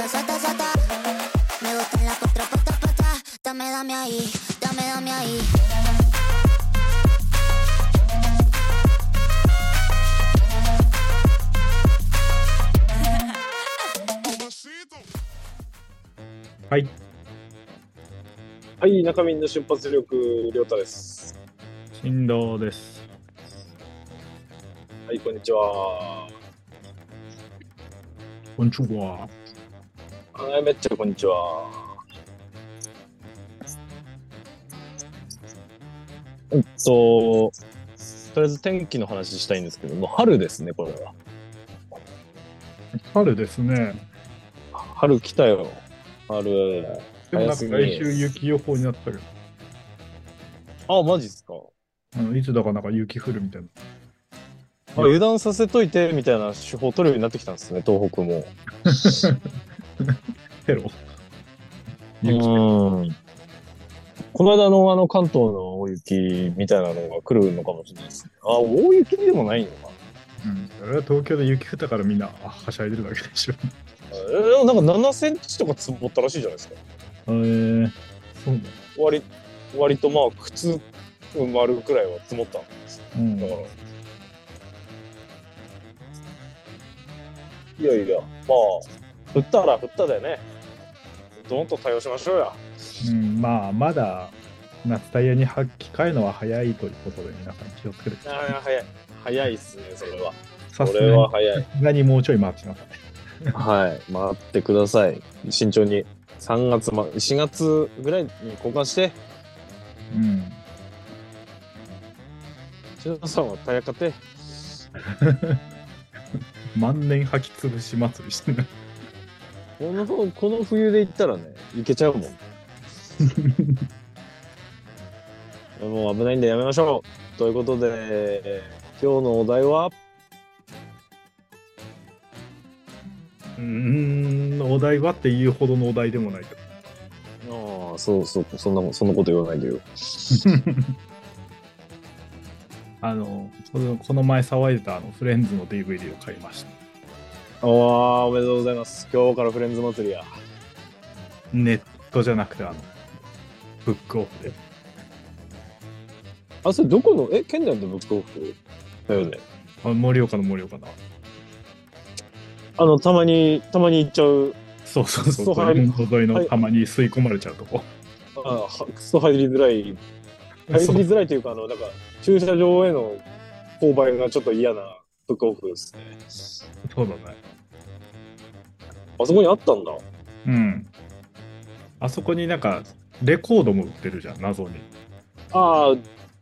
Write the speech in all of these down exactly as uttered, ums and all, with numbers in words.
sata, sata, sata. Me gustan las cuatro patas, patas. Dame, dame ahí, dame, dame ahí. はい。 はい、中身の瞬発力、りょうたです。 新藤です。 はい、こんにちは。 こんにちは。 はい、めっちゃこんにちは。えっと、とりあえず天気の話したいんですけども、春ですね、これは。 春ですね。 春来たよ。春。 でもなんか来週雪予報になったけど。 あ、マジっすか。 あのいつだかなんか雪降るみたいな。 あ、油断させといてみたいな手法を取るようになってきたんですね、東北も。 ヘロ。 うん。この間のあの関東の大雪みたいなのが来るのかもしれないですね。あ、大雪でもないのか。 うん。それは東京で雪降ったからみんなはしゃいでるだけでしょ。 えー、なんかななセンチとか積もったらしいじゃないですか。 えー、そうだ。 割割とまあ靴埋まるくらいは積もったんです。うん、だから。いやいや、まあ降ったら降ったでね。どんと対応しましょうや。 うん、まあまだ夏タイヤに履き替えるのは早いということで皆さん気をつけてください。 ああ、早い。早いっすね、それは。 さすがにそれは早い。 さすがにもうちょい待ちなさい。 はい、待ってください。慎重に。さんがつ、ま、しがつぐらいに交換して。 うん。 千田さんはタイヤ買って。 万年履き潰し祭りしてる。 この、この冬で行ったらね、いけちゃうもん。もう危ないんでやめましょう。ということで、今日のお題はうーん、お題はっていうほどのお題でもないけど。ああ、そうそう、そんな、そんなこと言わないでよ。 あの、この前騒いでたあのフレンズの ディーブイディー を買いました。 ああ、おめでとうございます。今日からフレンズ祭りや。 ネットじゃなくて、あの、ブックオフで。 あ、それどこの、え、県内のブックオフだよね。 あ、盛岡の盛岡な。 あの、たまに、たまに行っちゃう。 そうそうそう。そういうの沿いのたまに吸い込まれちゃうとこ。 ああ、クソ入りづらい。入りづらいというか、あの、なんか、駐車場への勾配がちょっと嫌なブックオフですね。 そうだね。 あそこにあったんだ。 うん。あそこになんか、レコードも売ってるじゃん、謎に。 ああ。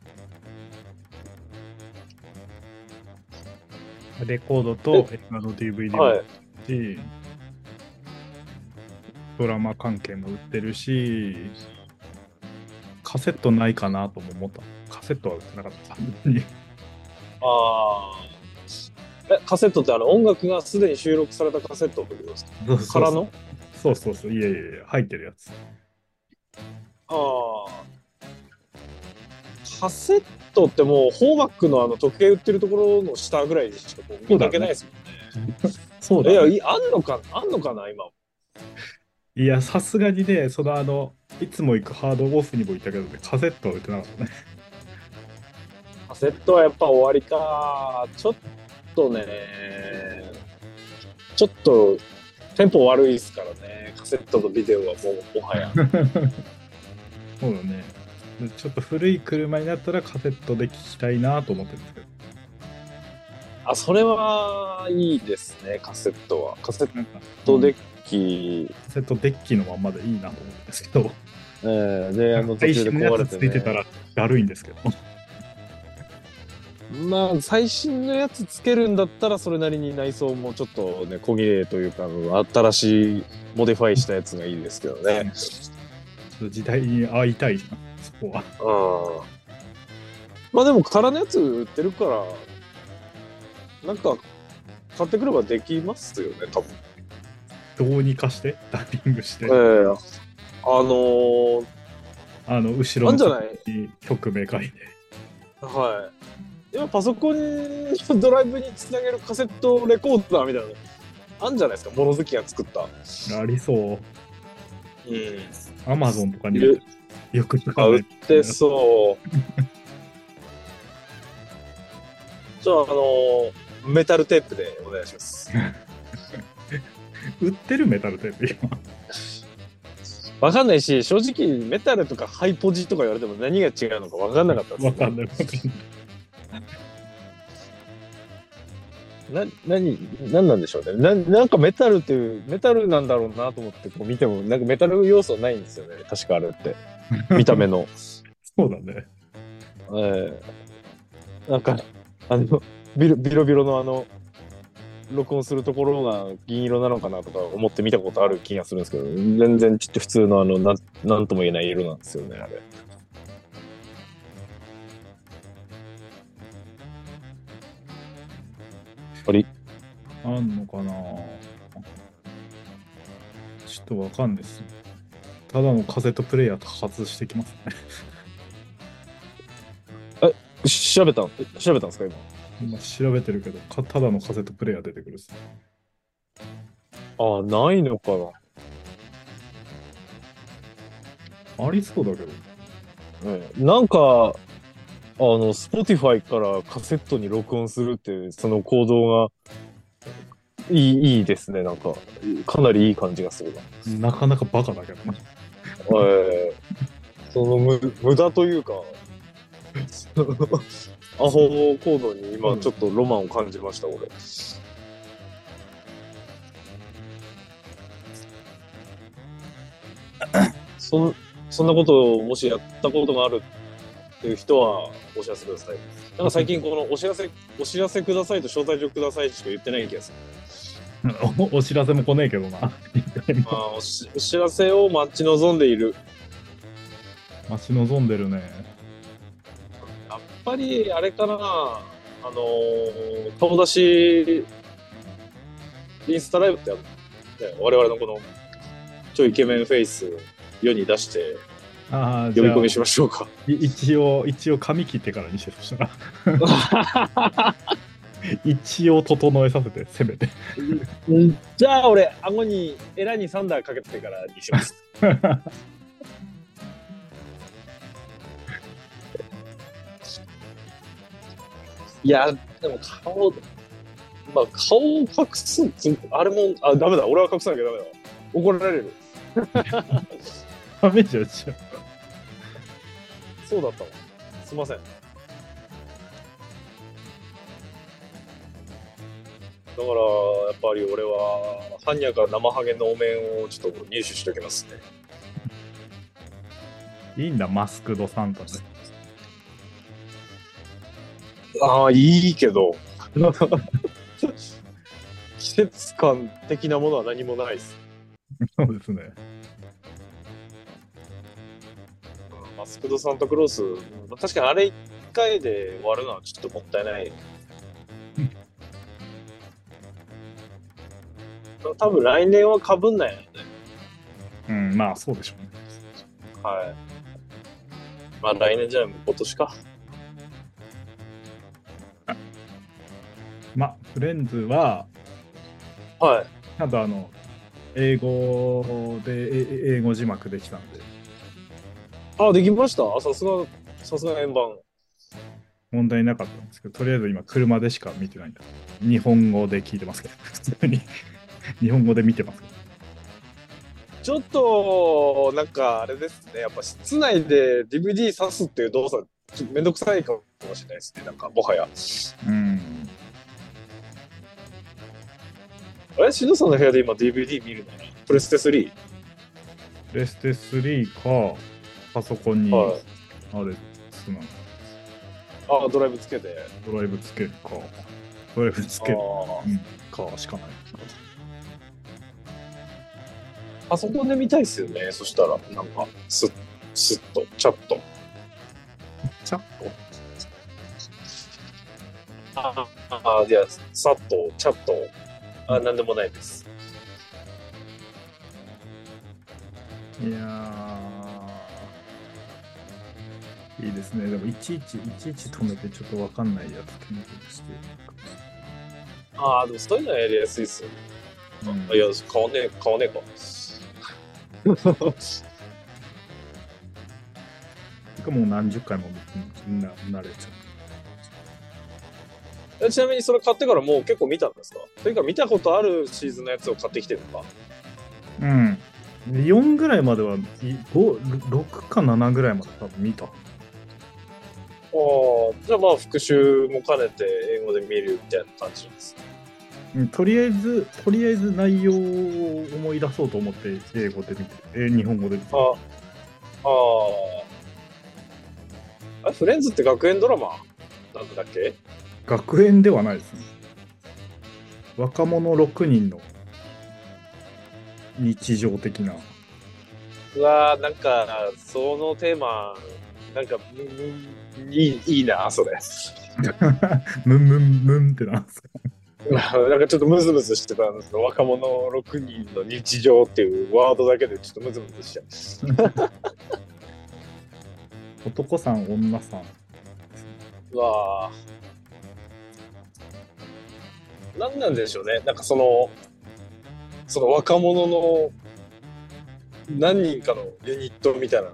レコードと映画の ディーブイディー も売ってるし、はい、ドラマ関係も売ってるし、カセットないかなとも思った。カセットは売ってなかった。ああ。え、カセットってあの音楽がすでに収録されたカセットってことですか？そうそうそうからの？ そうそうそう、いやいやいや、入ってるやつ。 ああ。カセットってもう、ホーマックのあの時計売ってるところの下ぐらいでしかこう見かけないですもんね。 そうだね。 いや、あんのか、あんのかな、今。 いや、さすがにね、そのあの、いつも行くハードオフにも行ったけどね、カセットは売ってなかったね。 カセットはやっぱ終わりか。ちょっとね、ちょっとテンポ悪いですからね。カセットとビデオはもうもはや。 そうだね。ちょっと古い車になったらカセットで聴きたいなと思ってるんですけど。 あ、それはいいですね、カセットは。カセットデッキ。うん、 カセットデッキのまんまでいいなと思うんですけど。 えー、で、あの途中で壊れて、ね、 ついてたらだるいんですけど。 まあ、最新のやつつけるんだったら、それなりに内装もちょっとね、小切れというか、新しいモディファイしたやつがいいですけどね。 時代に会いたいな、そこは。 ああ。まあでも、空のやつ売ってるから、なんか、買ってくればできますよね、多分。 どうにかして、ダッピングして。ええー、あのー、 あの、後ろの曲名書いて。 はい。今パソコンのドライブにつなげるカセットレコーダーみたいなのあんじゃないですか、物好きが作った。 ありそう。 うん。 アマゾンとかにいるよく使あ、売っわれててそう。じゃあ、あのーメタルテープでお願いします。 売ってるメタルテープ今。 わかんないし、正直メタルとかハイポジとか言われても何が違うのかわかんなかったです。 わかんないわかんない。 な、何、何なんでしょうね。な、なんかメタルっていう、メタルなんだろうなと思ってこう見ても、なんかメタル要素ないんですよね。確かあれって。見た目の。 そうだね。 えー、なんか、あの、ビロビロビロのあの、録音するところが銀色なのかなとか思って見たことある気がするんですけど、全然ちょっと普通のあの、なん、なんとも言えない色なんですよね、あれ。あれあんのかな。ちょっとわかんないです。ただのカセットプレイヤーと外してきますね。 し調べたんえ調べたんですか今。 今調べてるけど、かただのカセットプレイヤー出てくるっす。 ああ、ないのかな。 ありそうだけど。 ええなんか、あの、Spotify からカセットに録音するっていう、その行動が、いい、いいですね。なんか、かなりいい感じがするな。 なかなかバカだけどな。 ええその無、無駄というか、アホ行動に今ちょっとロマンを感じました、俺。そん、そんなことをもしやったことがあるっていう人はお知らせください。なんか最近このお知らせ、お知らせくださいと招待状くださいしか言ってない気がする。 おお知らせも来ねえけどな。一回もまあ、おしお知らせを待ち望んでいる。 待ち望んでるね。 やっぱりあれかな、あのー顔出しインスタライブってある、ね、我々のこのちょいイケメンフェイスを世に出してああ、 呼び込みしましょうか。 い一応、一応髪切ってからにしてとしたら。一応整えさせて、せめて。 じゃあ俺顎にエラにサンダーかけてからにします。いやでも顔、まあ顔を隠すつあれもあダメだ、俺は隠さなきゃダメだ、怒られる。 ダメじゃん、じゃそうだったわ、すいません。だからやっぱり俺はハンニャから生ハゲのお面をちょっと入手しておきますね。 いいんだ、マスクドサンタで。 ああ、いいけど。季節感的なものは何もないです。 そうですね。 マスクドサンタクロース、確かにあれいっかいで終わるのはちょっともったいない。多分来年は被んないよね。 うん、まあそうでしょうね。 はい。まあ来年じゃあ今年か。 まあ、フレンズは、 はい。 ちゃんとあの、英語で、え英語字幕できたんで、 あ、できました。あ、さすが、さすが円盤。 問題なかったんですけど、とりあえず今、車でしか見てないんだ。日本語で聞いてますけど、普通に日本語で見てますけど。 ちょっと、なんかあれですね。やっぱ室内で ディーブイディー 挿すっていう動作、ちょっとめんどくさいかもしれないですね。なんか、もはや。 うん。 あれ、しのさんの部屋で今 ディーブイディー 見るのプレステスリー？ プレステスリーか、パソコンに、 はい。 あれ、つなあ、ドライブつけて。 ドライブつけるか、ドライブつける、 あうん、かしかない。 パソコンで見たいですよね。そしたら、なんか、スッ、スッと、チャッと。 チャットああ、じゃあ、さっと、チャッと。あ、なんでもないです。 いやー、いいですね。でも、いちいち、いちいち止めてちょっとわかんないやつ決めてして。 ああ、でもそういうのはやりやすいですよね。 うんいや、変わんねえ、変わんねえか。 もう何十回も見てな慣れちゃえちなみにそれ買ってからもう結構見たんですか？というか見たことあるシーズンのやつを買ってきてるのか？ う。うん。よんぐらいまではいご、ろくかななぐらいまで多分見た。 ああ、じゃあまあ復習も兼ねて英語で見るみたいな感じなんです。 うんとりあえず、とりあえず内容を思い出そうと思って英語で見て、えー日本語で見て。 あああ。あ、フレンズって学園ドラマなんだっけ？ 学園ではないですね。若者ろくにんの日常的な。 うわーなんかそのテーマなんかうんいいいいなそれ。 ムンムンムンってなんですか？ なんかちょっとムズムズしてたんですけど、若者ろくにんの日常っていうワードだけでちょっとムズムズしちゃう。 男さん、女さん。 うわーなんなんでしょうね。なんかそのその若者の何人かのユニットみたいな。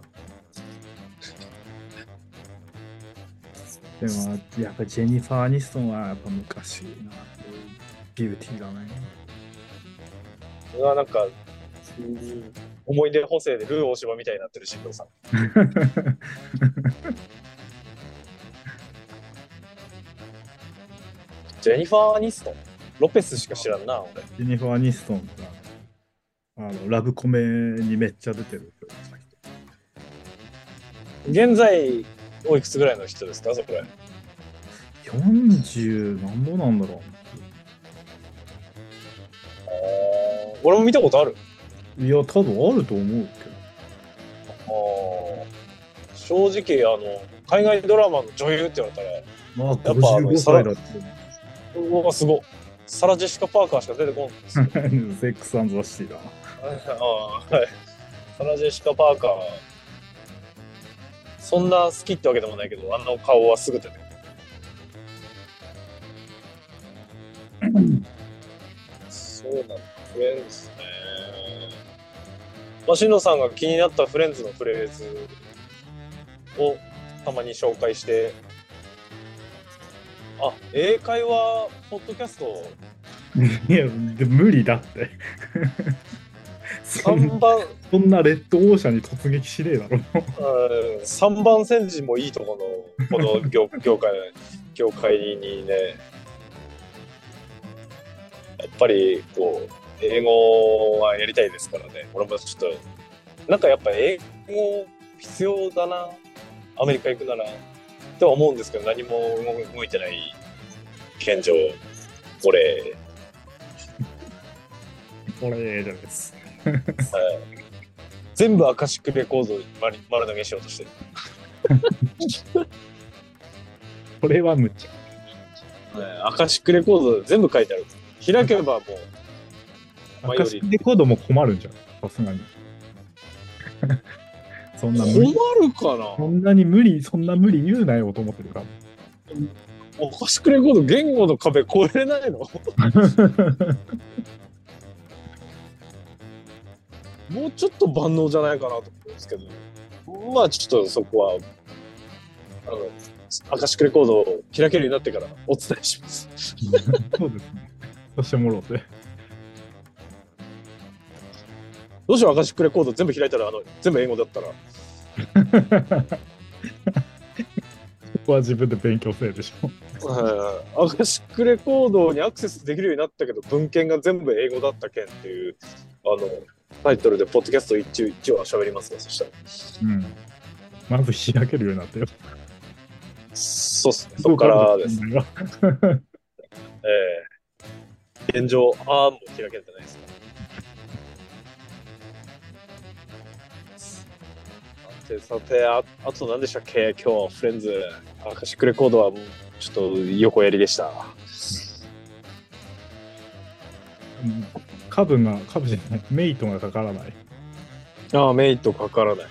でも、やっぱジェニファー・アニストンはやっぱ昔な、ビューティーだね。 うわなんか、うん思い出補正でルー大柴みたいになってる新藤さん。ジェニファー・アニストンロペスしか知らんな、俺。 ジェニファー・アニストンがあのラブコメにめっちゃ出てる。 現在、おいくつぐらいの人ですか、それ。 よんじゅうなんぼなんだろ俺も見たことある。 う。いや、多分あると思うけ正直、あの、海外ドラマの女優って言われたら、 ど。まあ、 やっぱあのごじゅうごさいだって。 うわ、すごい。サラ・ジェシカ・パーカーしか出てこんですよ。 セックス・アンド・ザ・シティだな。 あーはい。サラ・ジェシカ・パーカー、そんな好きってわけでもないけど、あの顔はすぐ出てくる。そうなんだ、フレンズね。まあ、しのさんが気になったフレンズのフレーズをたまに紹介して、あ、英会話ポッドキャストいや、で無理だって。そさんんばん、 そんなレッドオーシャンに突撃しねえだろ。 うんさんばん煎じもいいとこの、この業業界、業界にね、やっぱりこう、英語はやりたいですからね。俺もちょっと、なんかやっぱ英語必要だな、アメリカ行くなら、とは思うんですけど、何も動いてない現状、俺、 俺じゃないです。 はい全部アカシックレコードに丸丸投げしようとしてる。 これは無茶。 はいアカシックレコード全部書いてある。開けばもう、 アカシックレコードも困るんじゃん。さすがに。そんな無困理、 るかなそんなに無理、そんな無理言うなよと思ってるから。 アカシックレコード言語の壁越えれないのもうちょっと万能じゃないかなと思うんですけど、まあちょっとそこは、あの、アカシックレコードを開けるようになってからお伝えします。 そうですね。そしてもろうて。 どうしよう、アカシックレコード全部開いたら、あの、全部英語だったら。 ここは自分で勉強せえでしょ。 アカシックレコードにアクセスできるようになったけど、文献が全部英語だった件っていう、あの、タイトルでポッドキャスト一応一応は喋りますね、そしたら。 うん。まず開けるようになってよ。 そうっすね、そこからです。 ね。 ええ現状、あーも開けてないですかさてさて、ああと何でしたっけ今日はフレンズ、アカシックレコードはもうちょっと横やりでした。 うん株が、株じゃない、メイトがかからない。 ああ、メイトかからない。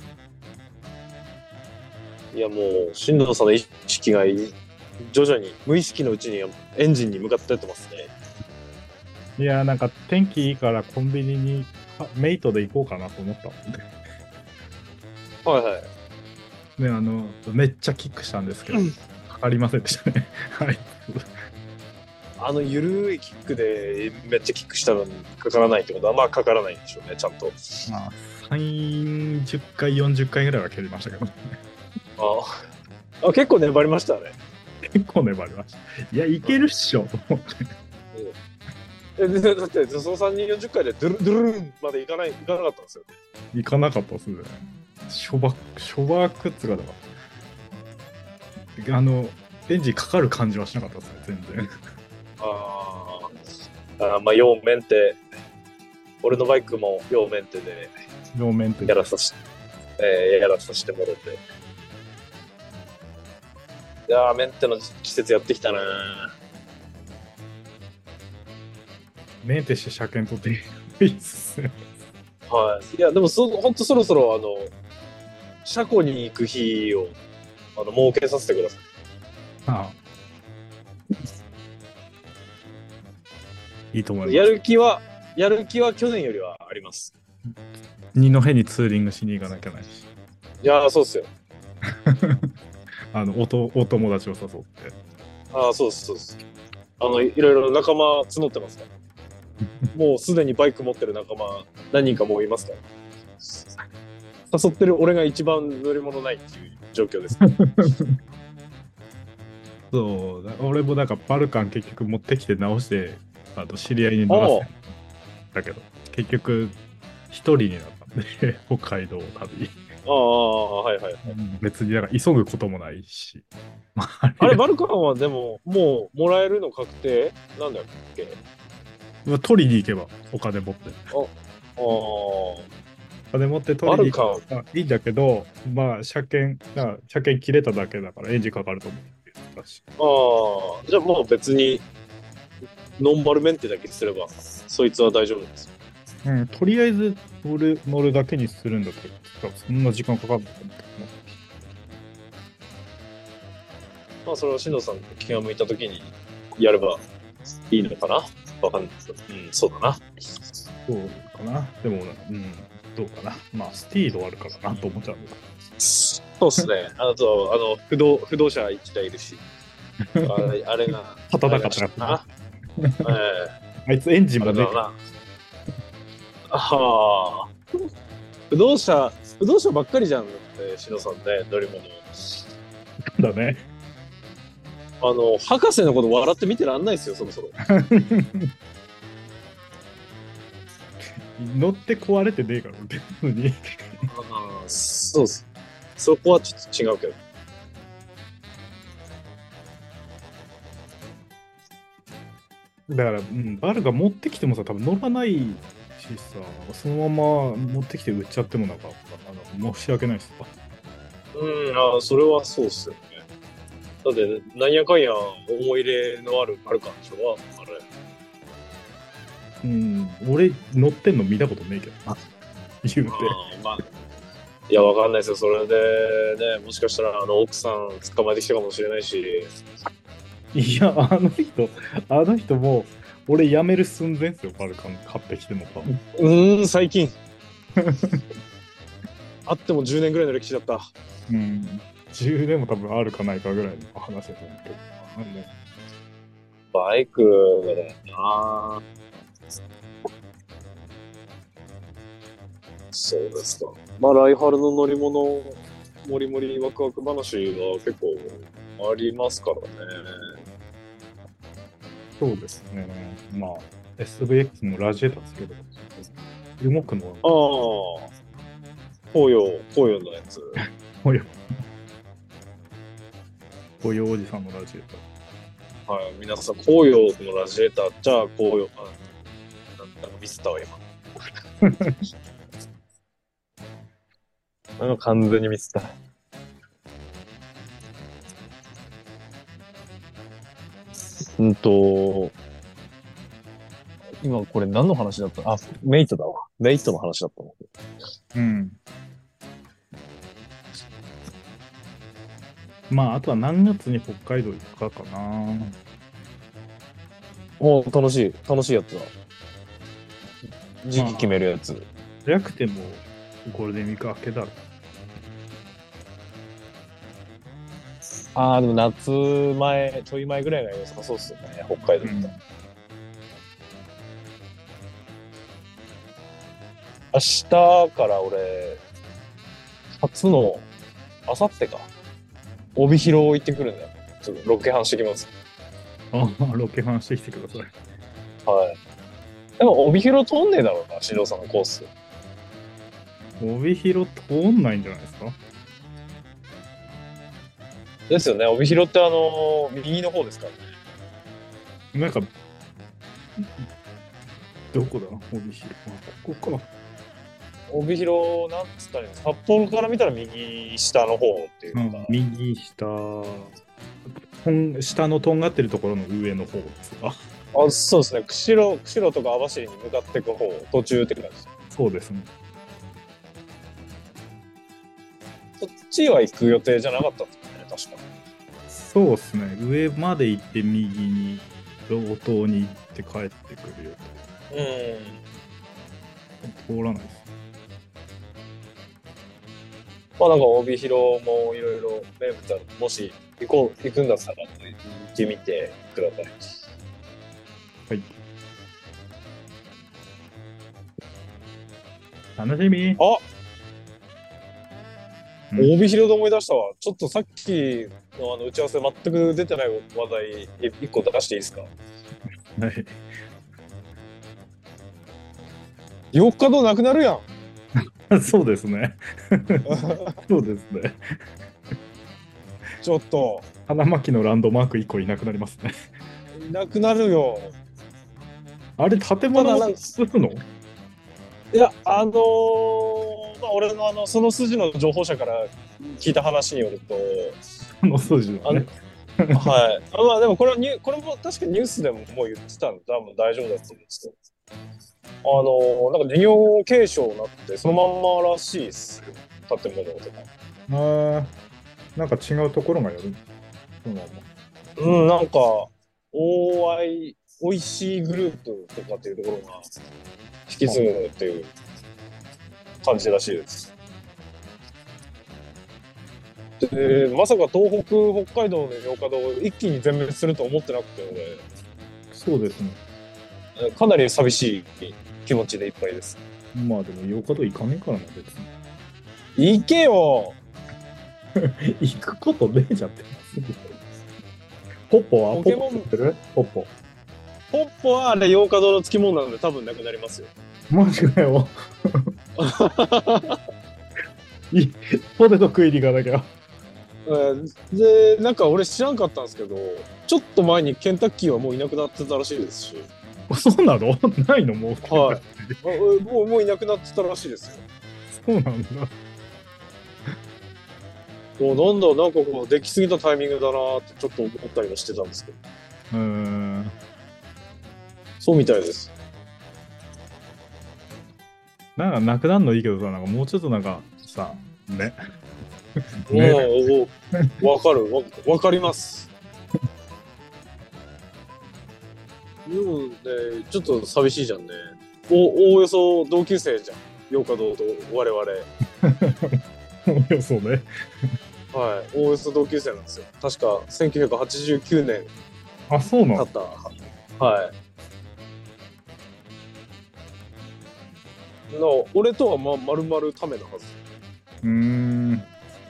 いやもう、進藤さんの意識が徐々に無意識のうちにエンジンに向かってってますね。 いや、なんか天気いいからコンビニにあメイトで行こうかなと思ったもんね。 はいはい。 ね、あの、めっちゃキックしたんですけど、かかりませんでしたね。はい。 あのゆるいキックでめっちゃキックしたのにかからないってことはまあかからないんでしょうね、ちゃんと。 まあ、さんじゅっかい、よんじゅっかいぐらいは蹴りましたけど、 ああ結構粘りましたね。 結構粘りました。いや、いけるっしょ、と思って。 えでだってそのさんにんよんじゅっかいでドゥルドゥルンまでいかないいかなかったんですよね。 行かなかったっすね。諸バ諸バクっつうかだから。あの、エンジンかかる感じはしなかったですね、全然。 あーあー、まあ、ようメンテ、俺のバイクもようメンテで両面というやらさし、えーやらさせてもらって。いやー、メンテの季節やってきたな。 メンテして車検取っていいっすね。 はい。いや、でもそ、ほんとそろそろ、あの、車庫に行く日を、あの、設けさせてください。 ああいいと思います。 やる気は、やる気は去年よりはあります。 二戸にツーリングしに行かなきゃないし。 いやー、そうっすよ。 あの、おとお友達を誘って。 ああ、そうです、そうです。あの、いろいろ仲間募ってますから。もうすでにバイク持ってる仲間何人かもういますから。誘ってる俺が一番乗り物ないっていう状況です。 そうだ、俺もなんかバルカン結局持ってきて直して、あと知り合いに乗らせたけど、結局一人になったんで、北海道旅。 ああ、はいはい。 別になんか急ぐこともないし。まあ、 あれ、バルカンはでも、もうもらえるの確定なんだっけ？ まあ取りに行けば、お金持って。 あお金持って取りに行けばいいんだけど、まあ、車検、な車検切れただけだからエンジンかかると思う。 ああ、じゃあもう別に、ノンマルメンテだけすれば、そいつは大丈夫です。 うん、とりあえず乗る乗るだけにするんだけど、そんな時間かかるのかな。 まあ、それは進藤さん気が向いたときにやればいいのかなわかんないけど。うん、そうだな。 そうかな。でも、うん、どうかな。まあ、スティードあるからなと思っちゃうんだ。 そうっすね。あと、あの、不動、不動車一台いるし。あれ、あれが。 立たなかったかな。ええあいつエンジンー、 もねあれだな。はあ。不動車、不動車ばっかりじゃんって、しのさんね、乗り物。 だね。 あの、博士のこと笑って見てらんないですよ、そろそろ。 乗って壊れてねえから、別に。 ああ、そうっす。そこはちょっと違うけど。 だから、うん、バルが持ってきてもさ、多分乗らないしさ、そのまま持ってきて売っちゃってもなんか、あの申し訳ないしさ。 うん、ああ、それはそうっすよね。だって、なんやかんや思い入れのあるある感でしょ、あれ。 うん、俺乗ってんの見たことねえけどな、言うて。 ああ、まあ。いや、わかんないですよ。それでね、もしかしたら、あの、奥さん捕まえてきたかもしれないし。 いや、あの人、あの人もう、俺辞める寸前ですよ、バルカン買ってきても多分。 うーん、最近。あってもじゅうねんぐらいの歴史だった。 うん。じゅうねんも多分あるかないかぐらいの話だと思うけど。あのバイクだよな。そうですか。まあ、ライハルの乗り物、もりもりワクワク話は結構ありますからね。 そうですね。まあ、エスブイエックス のラジエーターですけど、動くのは、 ああ。紅葉、紅葉のやつ。 ほよ。ほよおじさんのラジエーター。 はい、皆さん、紅葉のラジエーター、じゃあ紅葉、あなんかミスったわ、今。あの完全にミスった。うんと、今これ何の話だったあ、メイトだわ。メイトの話だったの。 うん。まあ、あとは何月に北海道行くかかな。 お楽しい、楽しいやつだ。 時期決めるやつ。 早くてもゴールデンウィーク明けだろ。 ああ、でも夏前、ちょい前ぐらいが良さそうっすよね、北海道って。 うん明日から俺、初の、明後日か、帯広行ってくるんだよ。ちょっとロケハンしてきます。 あロケハンしてきてください。 はい。でも帯広通んねえだろうな、新郎さんのコース。 帯広通んないんじゃないですか。 ですよね、帯広ってあの、右の方ですからね。 なんか、どこだ帯広。あここか。 帯広、なんつったらいいんですか、札幌から見たら右下の方っていうか、 うん、右下、とん下のとんがってるところの上の方ですか。 あ、そうですね、釧路、釧路とか網走に向かっていく方、途中って感じです。 そうですね。 そっちは行く予定じゃなかったんですかね、確か。 そうですね。上まで行って右に、道東に行って帰ってくるようん。 と。通らないです。 まあなんか帯広もいろいろ名物ある。もし行こう、行くんだったら行ってみてください。 はい。楽しみ。 あ、 うん帯広で思い出したわ。ちょっとさっきのあの打ち合わせ全く出てない話題一個出していいですか？ はい。 よっかどなくなるやん。 そうですね。そうですね。 ちょっと花巻のランドマークいっこいなくなりますね。 いなくなるよ。 あれ、建物をつくの？ いや、あのーまあ、俺のあのその筋の情報者から聞いた話によると、 あの数字のね。 はい。あまあでもこれはニュこれも確かニュースでももう言ってたんで多分大丈夫だと思うんですけど、あのーなんか事業継承になってそのまんまらしいっすよ、建物とか。 あーなんか違うところがやる。そうなの。 うん、なんか、おーあい、おいしいグループとかっていうところが引き継ぐっていう感じらしいです。で、まさか東北、北海道の洋華堂を一気に全滅すると思ってなくて、 そうですね。 俺、かなり寂しい気持ちでいっぱいです。 まあでも、ようかと行かねえからな、別に。 行けよ。 行くことねえじゃんって。ポッポはポケモンポッポ知ってるポッポ。 ポッポはあれ洋華堂の付き物なんで多分なくなりますよ。 マジかよ。いポテト食いに行かなきゃ。 で、なんか俺知らんかったんですけど、ちょっと前にケンタッキーはもういなくなってたらしいですし、 そうなの？ないの？もう。 はいあもうもういなくなってたらしいですよ。 そうなんだ。 もうなんだ、なんかこう、できすぎたタイミングだなってちょっと思ったりもしてたんですけど、 うーん。 そうみたいです。 なんかなくなるのいいけどさ、なんかもうちょっとなんかさ、ね。 もね。 う、わかるわ、わかります。でもね、ちょっと寂しいじゃんね。お、おおよそ同級生じゃん。洋華堂と我々。 そうね。 はい。おおよそ同級生なんですよ。確かせんきゅうひゃくはちじゅうきゅうねんあ、そうなの？ 経った。はい。の俺とはま、丸々ためなはず。 うーん。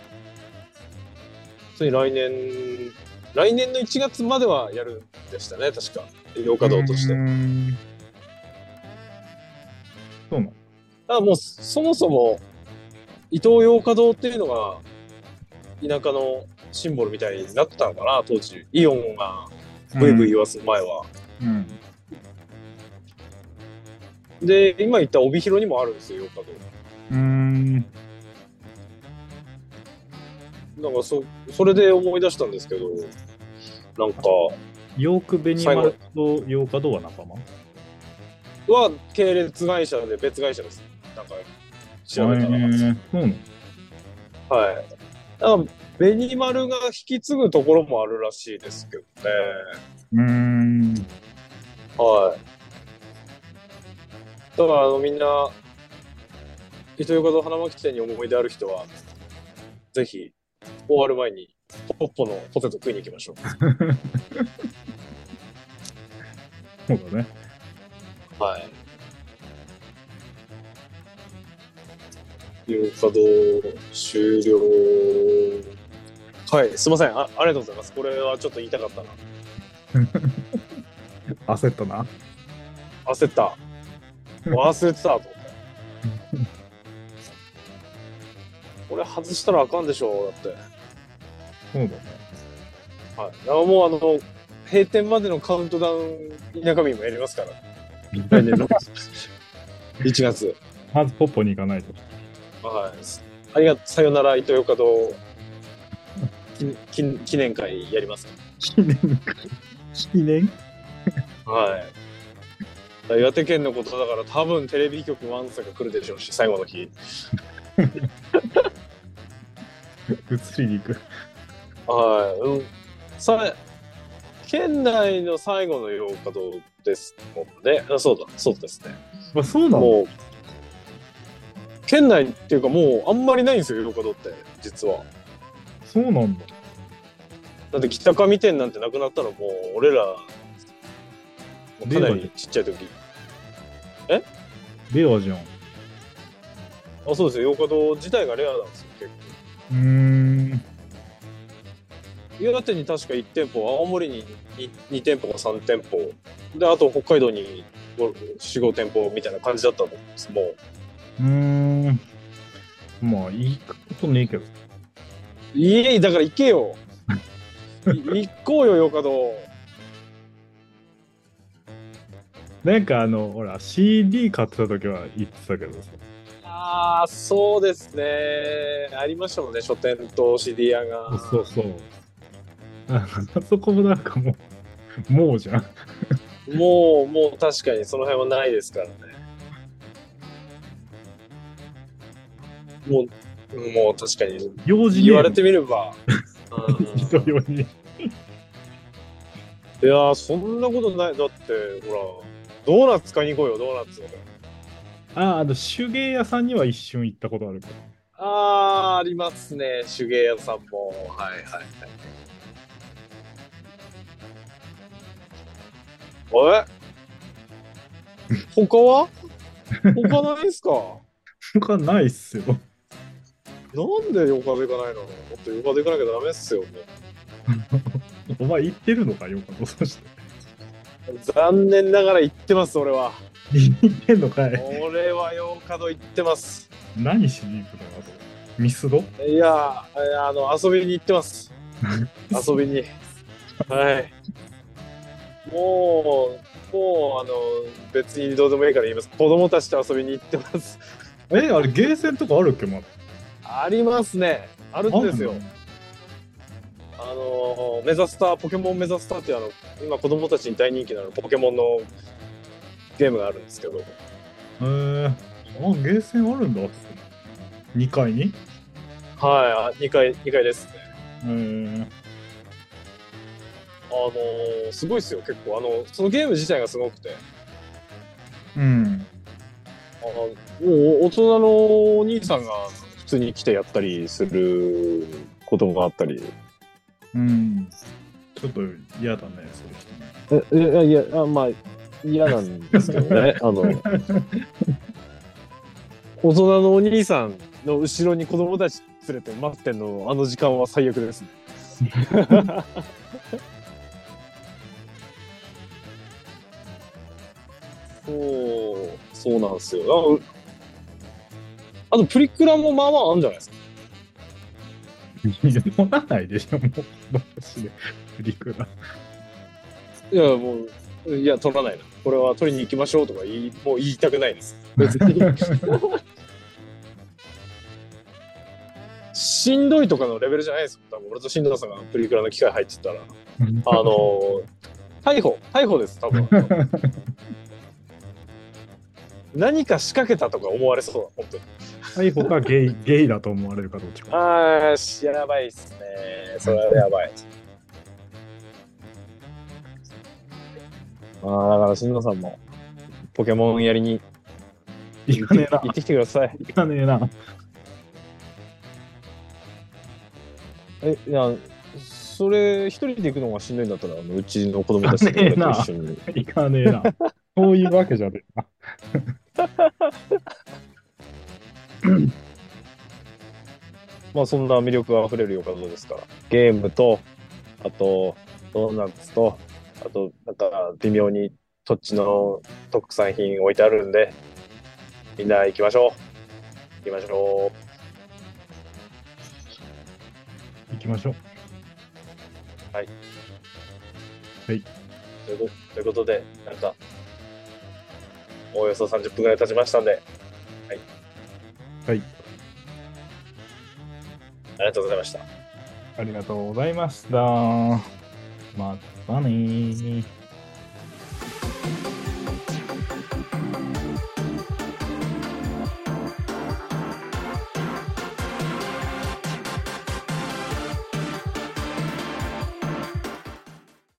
つい来年、来年のいちがつまではやるんでしたね、確か。洋華堂として。 うーんそうなの？ だからもうそもそも伊東洋華堂っていうのが田舎のシンボルみたいになってたのかな、当時。イオンがブイブイ言わす前は。 うん。 で、今言った帯広にもあるんですよ、洋華堂。 うーん。 なんかそ、それで思い出したんですけど、なんか、 ヨークベニマルとヨーカドーは仲間？ は系列会社で別会社です。なんか、調べたら。 へーそうなの？ はい。なんか、ベニマルが引き継ぐところもあるらしいですけどね。 うーん。 はい。だだからあのみんな糸魚川と花巻店に思い出ある人はぜひ終わる前にポッポのポテト食いに行きましょう。 そうだね。 はい。洋華堂終了。はい、すみませんあ。ありがとうございます。これはちょっと言いたかったな。 焦ったな。 焦った。忘れてたと思って。これ外したらあかんでしょ、だって。 そうだね。 はい。だからもうあの、閉店までのカウントダウン田舎民もやりますから。来年のいちがつ。 まずポッポに行かないと。 はい。ありがとう。さよなら、糸魚川堂記記念会やります。 記念会記念はい。岩手県のことだから多分テレビ局ワンサが来るでしょうし、最後の日。 移りに行く。 はい。うん。さ県内の最後の洋華堂ですもんね。あ、そうだ、そうですね。 あ、そうなの？ もう、県内っていうかもうあんまりないんですよ、洋華堂って、実は。 そうなんだ。 だって北上店なんてなくなったのもう俺ら、かなりちっちゃい時。えレアじゃん。 あ、そうですよ。洋華堂自体がレアなんですよ、結構。 うーん。 岩手に確かいち店舗、青森に 2, に店舗かさん店舗。で、あと北海道によん、ご店舗みたいな感じだったと思うんです、もう。 うーん。まあ、いいことねえけど。 いえ、だから行けよ。行こうよ、洋華堂。 なんかあの、ほら、シーディー 買ってた時は言ってたけどさ。 ああ、そうですね。ありましたもんね、書店と シーディー 屋が。 そうそう。あそこもなんかもう、もうじゃん。 もう、もう確かにその辺はないですからね。もう、もう確かに。 用事言われてみれば。 人用に。 いやー、そんなことない。だって、ほら、ドーナツ買いに行こうよ、ドーナツ。 あ、あの、手芸屋さんには一瞬行ったことあるけど。 あー、ありますね、手芸屋さんも。はいはいはい。え他は他ないんすか？ 他ないっすよ。 なんで横で行かないの？もっと横で行かなきゃダメっすよ。 お前行ってるのかよかと、そして。 残念ながら行ってます、俺は。 行ってんのかい。 俺は洋華堂行ってます。 何しに行くのあと。ミスド？ いや、あの、遊びに行ってます。遊びに。はい。もう、もう、あの、別にどうでもいいから言います。子供たちと遊びに行ってます。 え、あれ、ゲーセンとかあるっけ、まだ。 ありますね。あるんですよ。あの、メザスター、ポケモンメザスターっていうあの、今子供たちに大人気なのポケモンのゲームがあるんですけど。 へえー、あ、ゲーセンあるんだ。にかいに？ はい、にかい、にかいですね。 へえー。 あのー、すごいですよ、結構。あの、そのゲーム自体がすごくて。 うん。 あの、もう大人のお兄さんが普通に来てやったりすることがあったり。 うん。ちょっと嫌だね、そういう人ね。え、いや、いや、あまあ、嫌なんですけどね。あの、大人のお兄さんの後ろに子供たち連れて待ってんの、あの時間は最悪ですね。そう、そうなんですよ。あと、プリクラもまあまああるんじゃないですか。 取らないでしょ、もう、私で、プリクラ。 いや、もう、いや、取らないな。これは取りに行きましょうとか言い、もう言いたくないです。別に。しんどいとかのレベルじゃないですよ。多分俺と新藤さんがプリクラの機械入ってたら、あの、逮捕、逮捕です、多分。何か仕掛けたとか思われそうだ、本当に。 逮捕かゲイ、ゲイだと思われるかどっちか。 ああ、やばいっすね。それはやばい。ああ、だから新藤さんもポケモンやりに行かねえな。 行ってきてください。 行かねえな。 え、いや、それ、一人で行くのがしんどいんだったら、あのうちの子供たちと行かねえな俺と一緒に。 行かねえな。そういうわけじゃねえな。 まあ、そんな魅力あふれるよかどうですから。ゲームと、あと、ドーナツと、あと、なんか、微妙に土地の特産品置いてあるんで、みんな行きましょう。行きましょ行きましょう。 う。はい。 はい。 ということということで、なんか、おおよそさんじゅっぷんぐらい経ちましたんで、 はい。 ありがとうございました。 ありがとうございました。またねー。